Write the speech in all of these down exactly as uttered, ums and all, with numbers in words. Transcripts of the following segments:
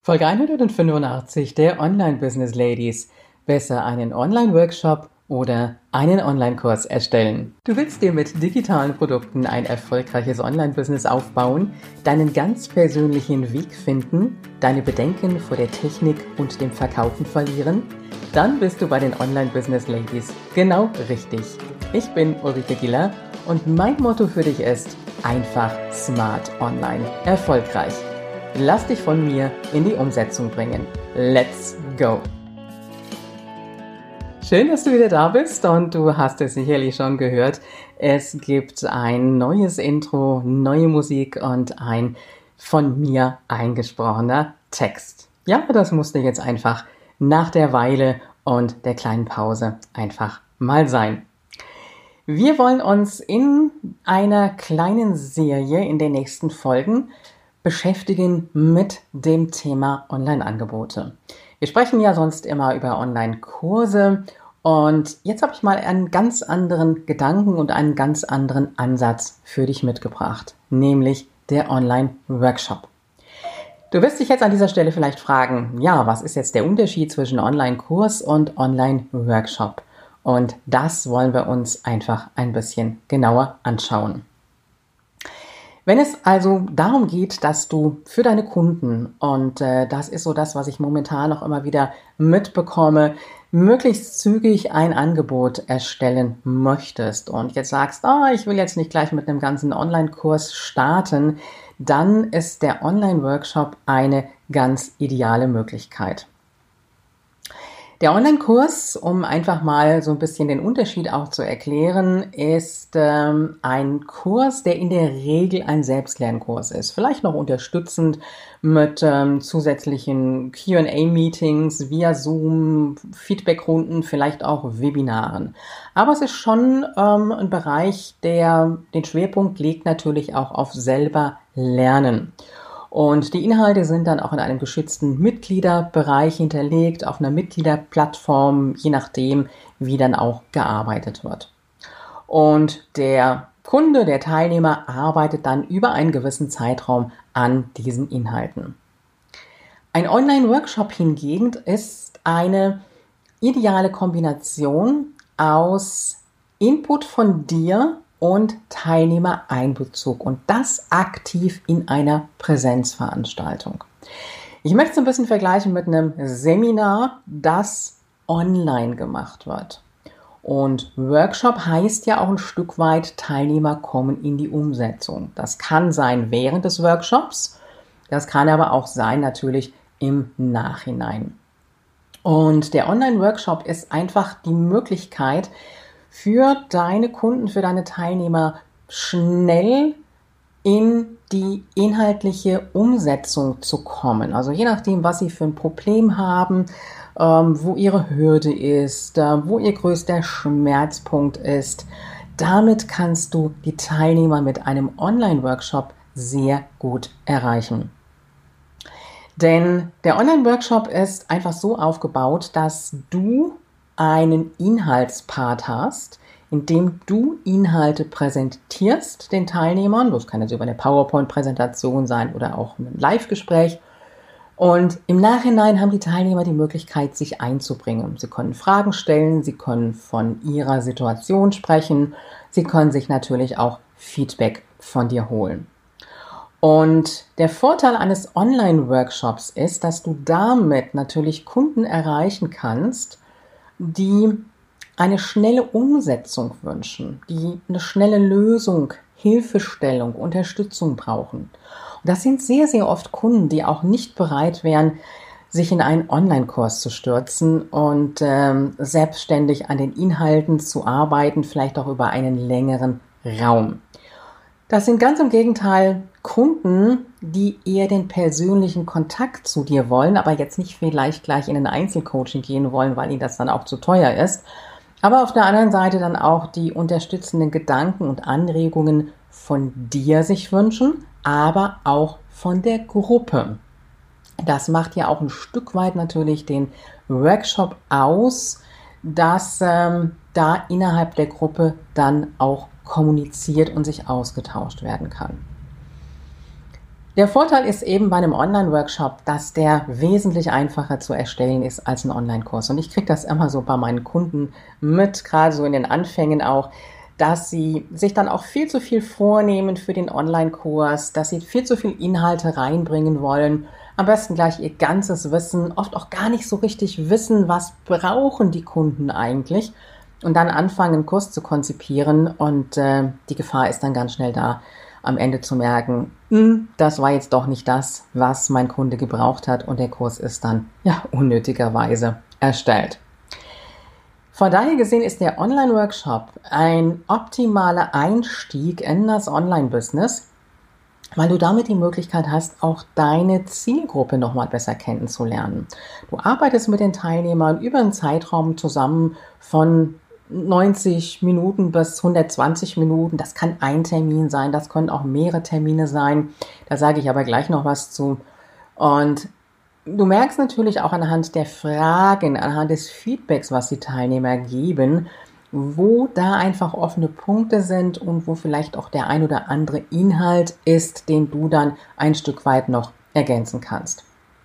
Folge hundertfünfundachtzig der Online-Business Ladies. Besser einen Online-Workshop oder einen Online-Kurs erstellen. Du willst dir mit digitalen Produkten ein erfolgreiches Online-Business aufbauen, deinen ganz persönlichen Weg finden, deine Bedenken vor der Technik und dem Verkaufen verlieren? Dann bist du bei den Online-Business Ladies genau richtig. Ich bin Ulrike Giller und mein Motto für dich ist: einfach smart online erfolgreich. Lass dich von mir in die Umsetzung bringen. Let's go! Schön, dass du wieder da bist und du hast es sicherlich schon gehört. Es gibt ein neues Intro, neue Musik und ein von mir eingesprochener Text. Ja, das musste jetzt einfach nach der Weile und der kleinen Pause einfach mal sein. Wir wollen uns in einer kleinen Serie in den nächsten Folgen beschäftigen mit dem Thema Online-Angebote. Wir sprechen ja sonst immer über Online-Kurse und jetzt habe ich mal einen ganz anderen Gedanken und einen ganz anderen Ansatz für dich mitgebracht, nämlich der Online-Workshop. Du wirst dich jetzt an dieser Stelle vielleicht fragen, ja, was ist jetzt der Unterschied zwischen Online-Kurs und Online-Workshop? Und das wollen wir uns einfach ein bisschen genauer anschauen. Wenn es also darum geht, dass du für deine Kunden, und äh, das ist so das, was ich momentan noch immer wieder mitbekomme, möglichst zügig ein Angebot erstellen möchtest und jetzt sagst, oh, ich will jetzt nicht gleich mit einem ganzen Online-Kurs starten, dann ist der Online-Workshop eine ganz ideale Möglichkeit. Der Online-Kurs, um einfach mal so ein bisschen den Unterschied auch zu erklären, ist ähm, ein Kurs, der in der Regel ein Selbstlernkurs ist. Vielleicht noch unterstützend mit ähm, zusätzlichen Q and A-Meetings via Zoom, Feedbackrunden, vielleicht auch Webinaren. Aber es ist schon ähm, ein Bereich, der den Schwerpunkt legt natürlich auch auf selber Lernen. Und die Inhalte sind dann auch in einem geschützten Mitgliederbereich hinterlegt, auf einer Mitgliederplattform, je nachdem, wie dann auch gearbeitet wird. Und der Kunde, der Teilnehmer, arbeitet dann über einen gewissen Zeitraum an diesen Inhalten. Ein Online-Workshop hingegen ist eine ideale Kombination aus Input von dir und Teilnehmereinbezug und das aktiv in einer Präsenzveranstaltung. Ich möchte es ein bisschen vergleichen mit einem Seminar, das online gemacht wird. Und Workshop heißt ja auch ein Stück weit, Teilnehmer kommen in die Umsetzung. Das kann sein während des Workshops, das kann aber auch sein natürlich im Nachhinein. Und der Online-Workshop ist einfach die Möglichkeit, für deine Kunden, für deine Teilnehmer schnell in die inhaltliche Umsetzung zu kommen. Also je nachdem, was sie für ein Problem haben, ähm, wo ihre Hürde ist, äh, wo ihr größter Schmerzpunkt ist. Damit kannst du die Teilnehmer mit einem Online-Workshop sehr gut erreichen. Denn der Online-Workshop ist einfach so aufgebaut, dass du einen Inhaltspart hast, in dem du Inhalte präsentierst den Teilnehmern. Das kann jetzt über eine PowerPoint-Präsentation sein oder auch ein Live-Gespräch. Und im Nachhinein haben die Teilnehmer die Möglichkeit, sich einzubringen. Sie können Fragen stellen, sie können von ihrer Situation sprechen, sie können sich natürlich auch Feedback von dir holen. Und der Vorteil eines Online-Workshops ist, dass du damit natürlich Kunden erreichen kannst, die eine schnelle Umsetzung wünschen, die eine schnelle Lösung, Hilfestellung, Unterstützung brauchen. Und das sind sehr, sehr oft Kunden, die auch nicht bereit wären, sich in einen Online-Kurs zu stürzen und ähm, selbstständig an den Inhalten zu arbeiten, vielleicht auch über einen längeren Raum. Das sind ganz im Gegenteil Kunden, die eher den persönlichen Kontakt zu dir wollen, aber jetzt nicht vielleicht gleich in ein Einzelcoaching gehen wollen, weil ihnen das dann auch zu teuer ist. Aber auf der anderen Seite dann auch die unterstützenden Gedanken und Anregungen von dir sich wünschen, aber auch von der Gruppe. Das macht ja auch ein Stück weit natürlich den Workshop aus, dass ähm, da innerhalb der Gruppe dann auch kommuniziert und sich ausgetauscht werden kann. Der Vorteil ist eben bei einem Online-Workshop, dass der wesentlich einfacher zu erstellen ist als ein Online-Kurs. Und ich kriege das immer so bei meinen Kunden mit, gerade so in den Anfängen auch, dass sie sich dann auch viel zu viel vornehmen für den Online-Kurs, dass sie viel zu viel Inhalte reinbringen wollen, am besten gleich ihr ganzes Wissen, oft auch gar nicht so richtig wissen, was brauchen die Kunden eigentlich, und dann anfangen, einen Kurs zu konzipieren, und äh, die Gefahr ist dann ganz schnell da, am Ende zu merken, das war jetzt doch nicht das, was mein Kunde gebraucht hat, und der Kurs ist dann ja unnötigerweise erstellt. Von daher gesehen ist der Online-Workshop ein optimaler Einstieg in das Online-Business, weil du damit die Möglichkeit hast, auch deine Zielgruppe nochmal besser kennenzulernen. Du arbeitest mit den Teilnehmern über einen Zeitraum zusammen von neunzig Minuten bis hundertzwanzig Minuten. Das kann ein Termin sein, das können auch mehrere Termine sein. Da sage ich aber gleich noch was zu. Und du merkst natürlich auch anhand der Fragen, anhand des Feedbacks, was die Teilnehmer geben, wo da einfach offene Punkte sind und wo vielleicht auch der ein oder andere Inhalt ist, den du dann ein Stück weit noch ergänzen kannst.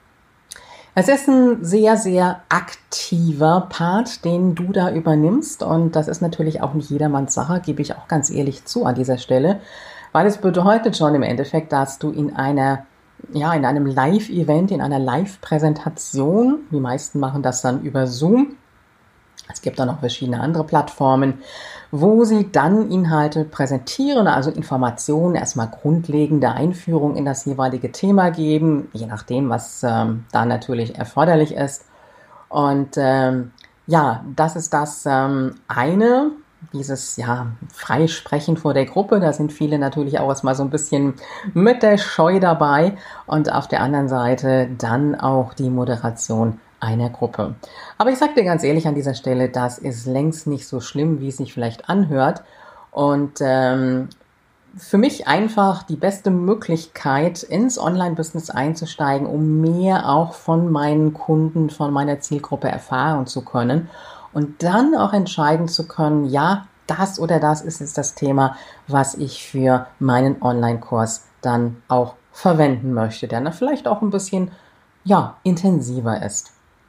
Es ist ein sehr, sehr aktiver Part, den du da übernimmst, und das ist natürlich auch nicht jedermanns Sache, gebe ich auch ganz ehrlich zu an dieser Stelle, weil es bedeutet schon im Endeffekt, dass du in einer, ja, in einem Live-Event, in einer Live-Präsentation, die meisten machen das dann über Zoom, es gibt dann noch verschiedene andere Plattformen, wo sie dann Inhalte präsentieren, also Informationen, erstmal grundlegende Einführung in das jeweilige Thema geben, je nachdem, was ähm, da natürlich erforderlich ist. Und ähm, ja, das ist das ähm, eine, dieses ja Freisprechen vor der Gruppe. Da sind viele natürlich auch erstmal so ein bisschen mit der Scheu dabei. Und auf der anderen Seite dann auch die Moderation einer Gruppe. Aber ich sage dir ganz ehrlich an dieser Stelle, das ist längst nicht so schlimm, wie es sich vielleicht anhört. Und ähm, für mich einfach die beste Möglichkeit, ins Online-Business einzusteigen, um mehr auch von meinen Kunden, von meiner Zielgruppe erfahren zu können und dann auch entscheiden zu können, ja, das oder das ist jetzt das Thema, was ich für meinen Online-Kurs dann auch verwenden möchte, der dann vielleicht auch ein bisschen ja, intensiver ist.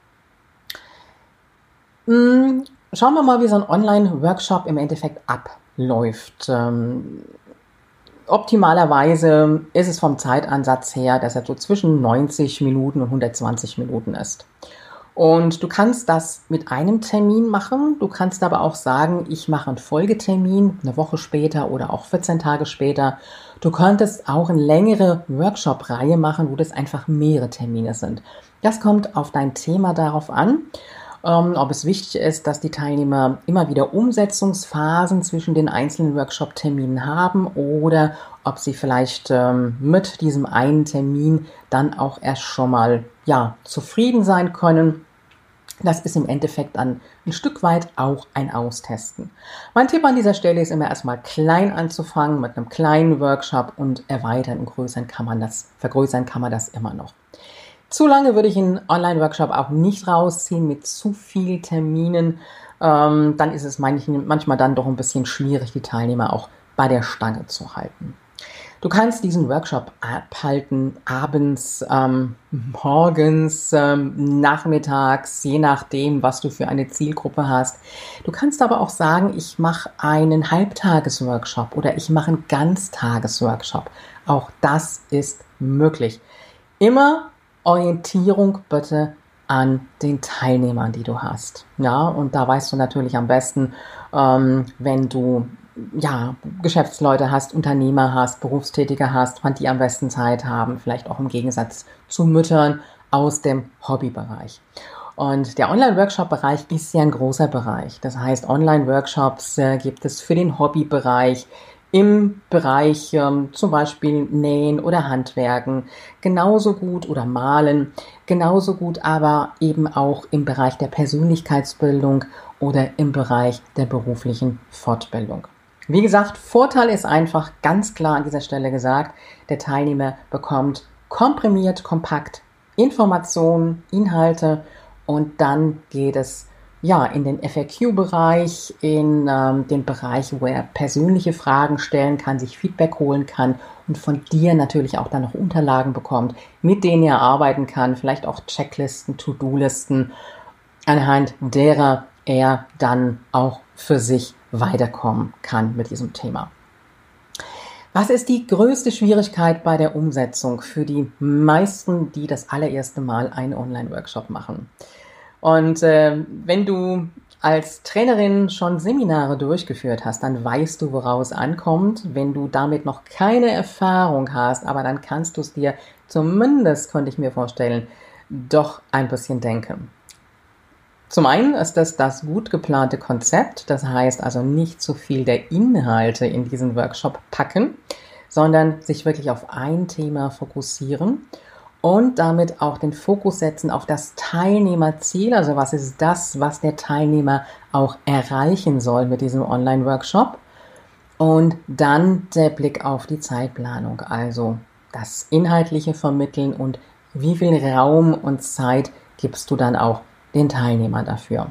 Schauen wir mal, wie so ein Online-Workshop im Endeffekt abläuft. Ähm, optimalerweise ist es vom Zeitansatz her, dass er so zwischen neunzig Minuten und hundertzwanzig Minuten ist. Und du kannst das mit einem Termin machen. Du kannst aber auch sagen, ich mache einen Folgetermin, eine Woche später oder auch vierzehn Tage später. Du könntest auch eine längere Workshop-Reihe machen, wo das einfach mehrere Termine sind. Das kommt auf dein Thema darauf an. Ähm, ob es wichtig ist, dass die Teilnehmer immer wieder Umsetzungsphasen zwischen den einzelnen Workshop-Terminen haben oder ob sie vielleicht ähm, mit diesem einen Termin dann auch erst schon mal ja, zufrieden sein können. Das ist im Endeffekt dann ein Stück weit auch ein Austesten. Mein Tipp an dieser Stelle ist immer erstmal klein anzufangen mit einem kleinen Workshop, und erweitern und größern kann man das, vergrößern kann man das immer noch. Zu lange würde ich einen Online-Workshop auch nicht rausziehen mit zu vielen Terminen. Ähm, dann ist es manchen, manchmal dann doch ein bisschen schwierig, die Teilnehmer auch bei der Stange zu halten. Du kannst diesen Workshop abhalten, abends, ähm, morgens, ähm, nachmittags, je nachdem, was du für eine Zielgruppe hast. Du kannst aber auch sagen, ich mache einen Halbtages-Workshop oder ich mache einen Ganztages-Workshop. Auch das ist möglich. Immer Orientierung bitte an den Teilnehmern, die du hast. Ja, und da weißt du natürlich am besten, ähm, wenn du ja, Geschäftsleute hast, Unternehmer hast, Berufstätige hast, wann die am besten Zeit haben, vielleicht auch im Gegensatz zu Müttern aus dem Hobbybereich. Und der Online-Workshop-Bereich ist ja ein großer Bereich. Das heißt, Online-Workshops äh, gibt es für den Hobbybereich, im Bereich ähm, zum Beispiel Nähen oder Handwerken, genauso gut oder Malen, genauso gut aber eben auch im Bereich der Persönlichkeitsbildung oder im Bereich der beruflichen Fortbildung. Wie gesagt, Vorteil ist einfach ganz klar an dieser Stelle gesagt, der Teilnehmer bekommt komprimiert, kompakt Informationen, Inhalte, und dann geht es ja, in den F A Q-Bereich, in ähm, den Bereich, wo er persönliche Fragen stellen kann, sich Feedback holen kann und von dir natürlich auch dann noch Unterlagen bekommt, mit denen er arbeiten kann, vielleicht auch Checklisten, To-Do-Listen, anhand derer er dann auch für sich weiterkommen kann mit diesem Thema. Was ist die größte Schwierigkeit bei der Umsetzung für die meisten, die das allererste Mal einen Online-Workshop machen? Und äh, wenn du als Trainerin schon Seminare durchgeführt hast, dann weißt du, woraus es ankommt. Wenn du damit noch keine Erfahrung hast, aber dann kannst du es dir zumindest, könnte ich mir vorstellen, doch ein bisschen denken. Zum einen ist das das gut geplante Konzept, das heißt also nicht zu viel der Inhalte in diesen Workshop packen, sondern sich wirklich auf ein Thema fokussieren und damit auch den Fokus setzen auf das Teilnehmerziel, also was ist das, was der Teilnehmer auch erreichen soll mit diesem Online-Workshop, und dann der Blick auf die Zeitplanung, also das inhaltliche Vermitteln und wie viel Raum und Zeit gibst du dann auch den Teilnehmern dafür.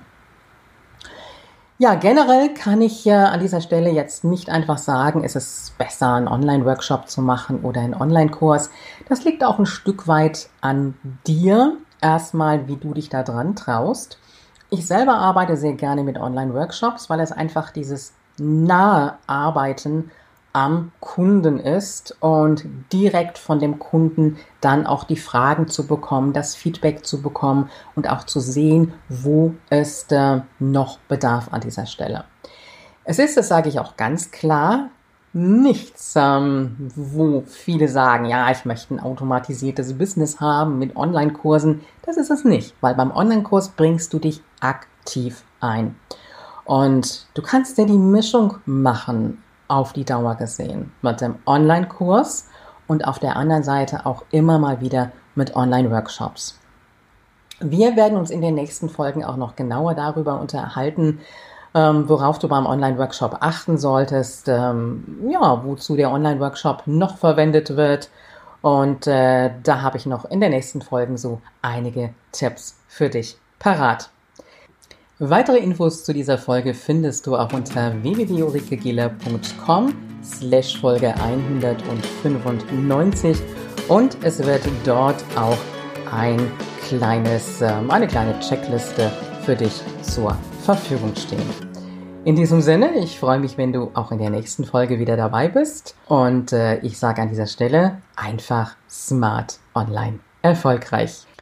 Ja, generell kann ich äh, an dieser Stelle jetzt nicht einfach sagen, es ist besser, einen Online-Workshop zu machen oder einen Online-Kurs. Das liegt auch ein Stück weit an dir, erstmal, wie du dich da dran traust. Ich selber arbeite sehr gerne mit Online-Workshops, weil es einfach dieses nahe Arbeiten am Kunden ist und direkt von dem Kunden dann auch die Fragen zu bekommen, das Feedback zu bekommen und auch zu sehen, wo es äh, noch bedarf an dieser Stelle. Es ist, das sage ich auch ganz klar, nichts, ähm, wo viele sagen, ja, ich möchte ein automatisiertes Business haben mit Online-Kursen. Das ist es nicht, weil beim Online-Kurs bringst du dich aktiv ein. Und du kannst dir die Mischung machen, auf die Dauer gesehen, mit dem Online-Kurs und auf der anderen Seite auch immer mal wieder mit Online-Workshops. Wir werden uns in den nächsten Folgen auch noch genauer darüber unterhalten, ähm, worauf du beim Online-Workshop achten solltest, ähm, ja, wozu der Online-Workshop noch verwendet wird. Und äh, da habe ich noch in den nächsten Folgen so einige Tipps für dich parat. Weitere Infos zu dieser Folge findest du auch unter w w w punkt ulrikegiller punkt com slash Folge hundertfünfundneunzig und es wird dort auch ein kleines, eine kleine Checkliste für dich zur Verfügung stehen. In diesem Sinne, ich freue mich, wenn du auch in der nächsten Folge wieder dabei bist und äh, ich sage an dieser Stelle einfach smart online erfolgreich.